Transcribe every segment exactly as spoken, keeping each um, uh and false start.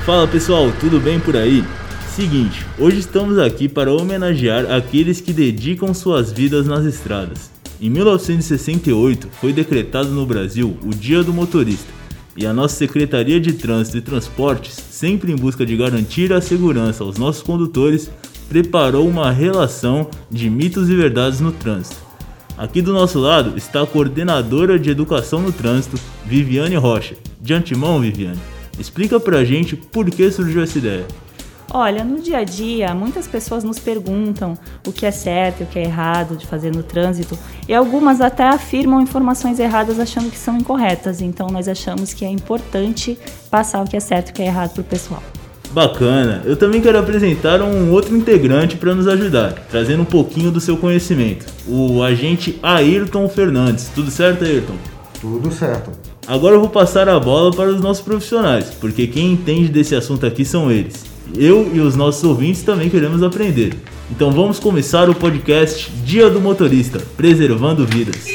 Fala pessoal, tudo bem por aí? Seguinte, hoje estamos aqui para homenagear aqueles que dedicam suas vidas nas estradas. Em mil novecentos e sessenta e oito foi decretado no Brasil o Dia do Motorista, e a nossa Secretaria de Trânsito e Transportes, sempre em busca de garantir a segurança aos nossos condutores, preparou uma relação de mitos e verdades no trânsito. Aqui do nosso lado está a coordenadora de Educação no Trânsito, Viviane Rocha. De antemão, Viviane, explica pra gente por que surgiu essa ideia. Olha, no dia a dia, muitas pessoas nos perguntam o que é certo e o que é errado de fazer no trânsito, e algumas até afirmam informações erradas achando que são incorretas, então nós achamos que é importante passar o que é certo e o que é errado para o pessoal. Bacana! Eu também quero apresentar um outro integrante para nos ajudar, trazendo um pouquinho do seu conhecimento, o agente Ayrton Fernandes. Tudo certo, Ayrton? Tudo certo. Agora eu vou passar a bola para os nossos profissionais, porque quem entende desse assunto aqui são eles. Eu e os nossos ouvintes também queremos aprender. Então vamos começar o podcast Dia do Motorista, preservando vidas.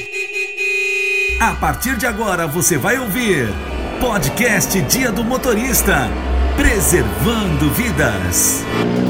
A partir de agora você vai ouvir podcast Dia do Motorista, preservando vidas.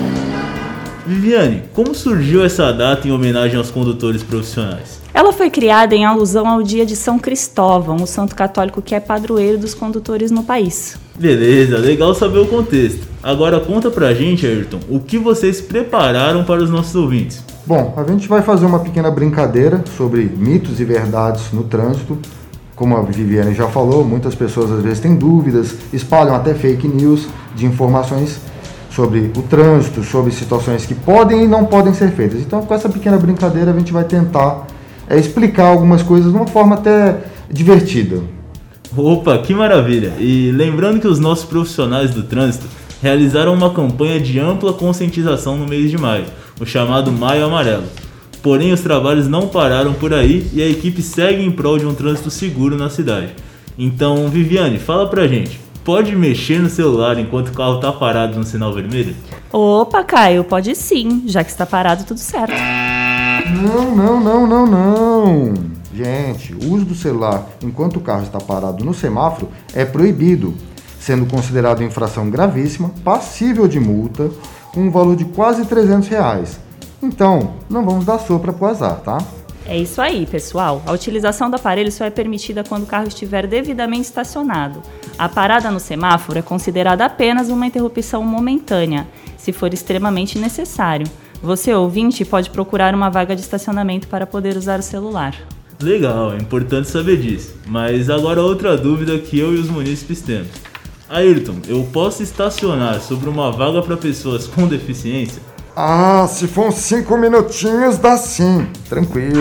Viviane, como surgiu essa data em homenagem aos condutores profissionais? Ela foi criada em alusão ao dia de São Cristóvão, o santo católico que é padroeiro dos condutores no país. Beleza, legal saber o contexto. Agora conta pra gente, Ayrton, o que vocês prepararam para os nossos ouvintes. Bom, a gente vai fazer uma pequena brincadeira sobre mitos e verdades no trânsito. Como a Viviane já falou, muitas pessoas às vezes têm dúvidas, espalham até fake news de informações sobre o trânsito, sobre situações que podem e não podem ser feitas. Então, com essa pequena brincadeira, a gente vai tentar é, explicar algumas coisas de uma forma até divertida. Opa, que maravilha! E lembrando que os nossos profissionais do trânsito realizaram uma campanha de ampla conscientização no mês de maio, o chamado Maio Amarelo. Porém, os trabalhos não pararam por aí e a equipe segue em prol de um trânsito seguro na cidade. Então, Viviane, fala pra gente, pode mexer no celular enquanto o carro tá parado no sinal vermelho? Opa, Caio, pode sim, já que está parado tudo certo. Não, não, não, não, não. Gente, o uso do celular enquanto o carro está parado no semáforo é proibido, sendo considerado infração gravíssima, passível de multa, com um valor de quase trezentos reais. Então, não vamos dar sopra pro azar, tá? É isso aí, pessoal. A utilização do aparelho só é permitida quando o carro estiver devidamente estacionado. A parada no semáforo é considerada apenas uma interrupção momentânea, se for extremamente necessário. Você, ouvinte, pode procurar uma vaga de estacionamento para poder usar o celular. Legal, é importante saber disso. Mas agora outra dúvida que eu e os munícipes temos. Ayrton, eu posso estacionar sobre uma vaga para pessoas com deficiência? Ah, se for uns cinco minutinhos, dá sim. Tranquilo.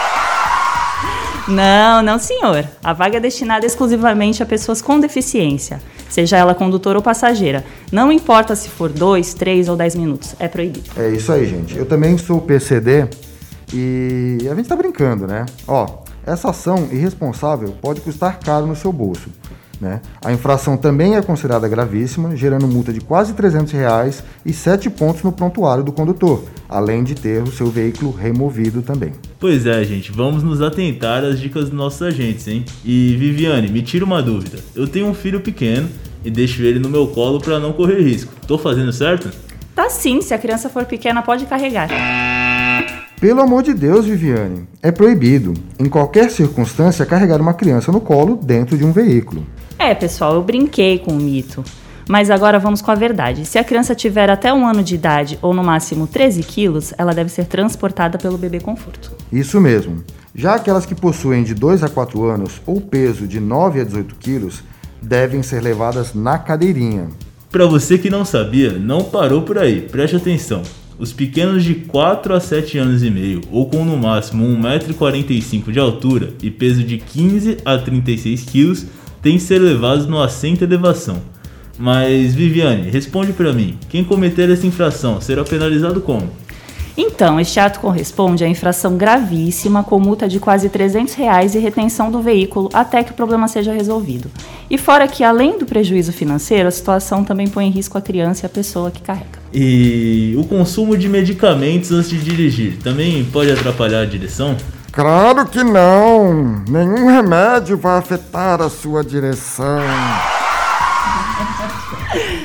Não, não senhor. A vaga é destinada exclusivamente a pessoas com deficiência, seja ela condutora ou passageira. Não importa se for dois, três ou dez minutos, é proibido. É isso aí, gente. Eu também sou P C D e a gente tá brincando, né? Ó, essa ação irresponsável pode custar caro no seu bolso, né? A infração também é considerada gravíssima, gerando multa de quase trezentos reais e sete pontos no prontuário do condutor, além de ter o seu veículo removido também. Pois é, gente, vamos nos atentar às dicas dos nossos agentes, hein? E Viviane, me tira uma dúvida. Eu tenho um filho pequeno e deixo ele no meu colo para não correr risco. Tô fazendo certo? Tá sim, se a criança for pequena pode carregar. Pelo amor de Deus, Viviane, é proibido, em qualquer circunstância, carregar uma criança no colo dentro de um veículo. É, pessoal, eu brinquei com o mito. Mas agora vamos com a verdade. Se a criança tiver até um ano de idade ou no máximo treze quilos, ela deve ser transportada pelo bebê conforto. Isso mesmo. Já aquelas que possuem de dois a quatro anos ou peso de nove a dezoito quilos, devem ser levadas na cadeirinha. Para você que não sabia, não parou por aí, preste atenção. Os pequenos de quatro a sete anos e meio, ou com no máximo um metro e quarenta e cinco de altura e peso de quinze a trinta e seis quilos, têm que ser levados no assento elevação. Mas, Viviane, responde para mim, quem cometer essa infração será penalizado como? Então, este ato corresponde à infração gravíssima com multa de quase trezentos reais e retenção do veículo até que o problema seja resolvido. E fora que, além do prejuízo financeiro, a situação também põe em risco a criança e a pessoa que carrega. E o consumo de medicamentos antes de dirigir também pode atrapalhar a direção? Claro que não! Nenhum remédio vai afetar a sua direção.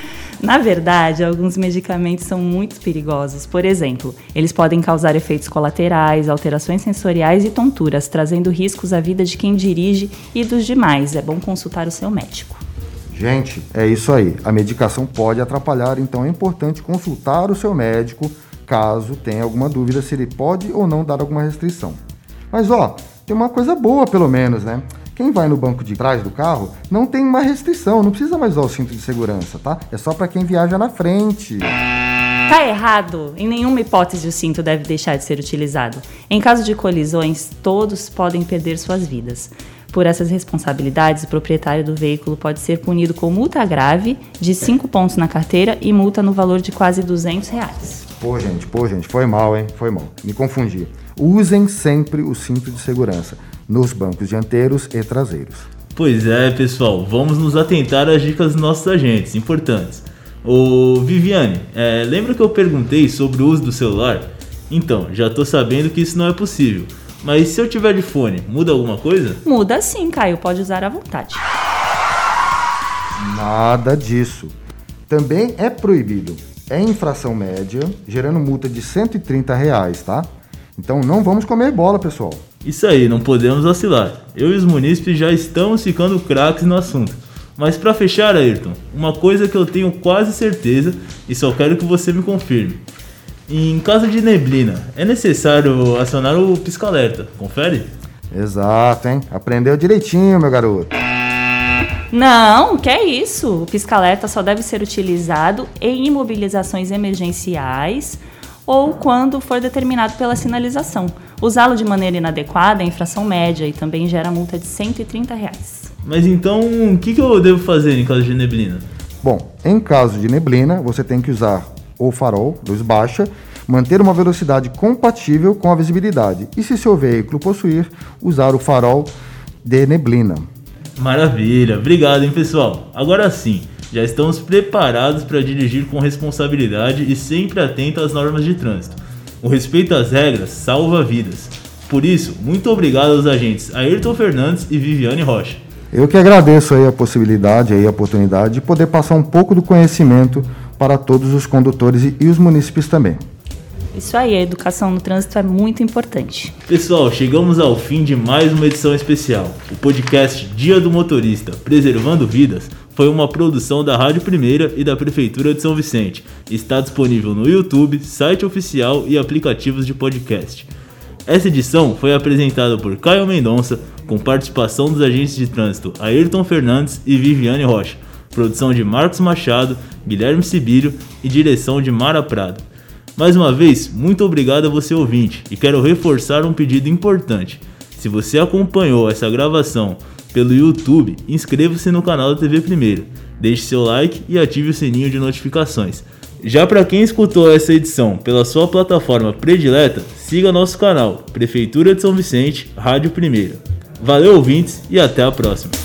Na verdade, alguns medicamentos são muito perigosos. Por exemplo, eles podem causar efeitos colaterais, alterações sensoriais e tonturas, trazendo riscos à vida de quem dirige e dos demais. É bom consultar o seu médico. Gente, é isso aí. A medicação pode atrapalhar, então é importante consultar o seu médico caso tenha alguma dúvida se ele pode ou não dar alguma restrição. Mas ó, tem uma coisa boa pelo menos, né? Quem vai no banco de trás do carro não tem uma restrição, não precisa mais usar o cinto de segurança, tá? É só para quem viaja na frente. Tá errado! Em nenhuma hipótese o cinto deve deixar de ser utilizado. Em caso de colisões, todos podem perder suas vidas. Por essas responsabilidades, o proprietário do veículo pode ser punido com multa grave de cinco pontos na carteira e multa no valor de quase duzentos reais. Pô, gente, pô, gente, foi mal, hein? Foi mal. Me confundi. Usem sempre o cinto de segurança nos bancos dianteiros e traseiros. Pois é, pessoal, vamos nos atentar às dicas dos nossos agentes, importantes. Ô, Viviane, é, lembra que eu perguntei sobre o uso do celular? Então, já tô sabendo que isso não é possível. Mas se eu tiver de fone, muda alguma coisa? Muda sim, Caio, pode usar à vontade. Nada disso. Também é proibido. É infração média, gerando multa de cento e trinta reais, tá? Então não vamos comer bola, pessoal. Isso aí, não podemos vacilar. Eu e os munícipes já estamos ficando craques no assunto. Mas para fechar, Ayrton, uma coisa que eu tenho quase certeza e só quero que você me confirme. Em caso de neblina, é necessário acionar o pisca-alerta, confere? Exato, hein? Aprendeu direitinho, meu garoto. Não, que é isso? O pisca-alerta só deve ser utilizado em imobilizações emergenciais ou quando for determinado pela sinalização. Usá-lo de maneira inadequada é infração média e também gera multa de cento e trinta reais. Mas então, o que, que eu devo fazer em caso de neblina? Bom, em caso de neblina, você tem que usar o farol, luz baixa, manter uma velocidade compatível com a visibilidade e, se seu veículo possuir, usar o farol de neblina. Maravilha, obrigado, hein, pessoal. Agora sim, já estamos preparados para dirigir com responsabilidade e sempre atento às normas de trânsito. O respeito às regras salva vidas. Por isso, muito obrigado aos agentes Ayrton Fernandes e Viviane Rocha. Eu que agradeço aí a possibilidade, aí a oportunidade de poder passar um pouco do conhecimento para todos os condutores e os munícipes também. Isso aí, a educação no trânsito é muito importante. Pessoal, chegamos ao fim de mais uma edição especial. O podcast Dia do Motorista, Preservando Vidas, foi uma produção da Rádio Primeira e da Prefeitura de São Vicente. Está disponível no YouTube, site oficial e aplicativos de podcast. Essa edição foi apresentada por Caio Mendonça, com participação dos agentes de trânsito Ayrton Fernandes e Viviane Rocha, produção de Marcos Machado, Guilherme Sibílio e direção de Mara Prado. Mais uma vez, muito obrigado a você ouvinte, e quero reforçar um pedido importante. Se você acompanhou essa gravação pelo YouTube, inscreva-se no canal da T V Primeira, deixe seu like e ative o sininho de notificações. Já para quem escutou essa edição pela sua plataforma predileta, siga nosso canal, Prefeitura de São Vicente, Rádio Primeira. Valeu, ouvintes, e até a próxima.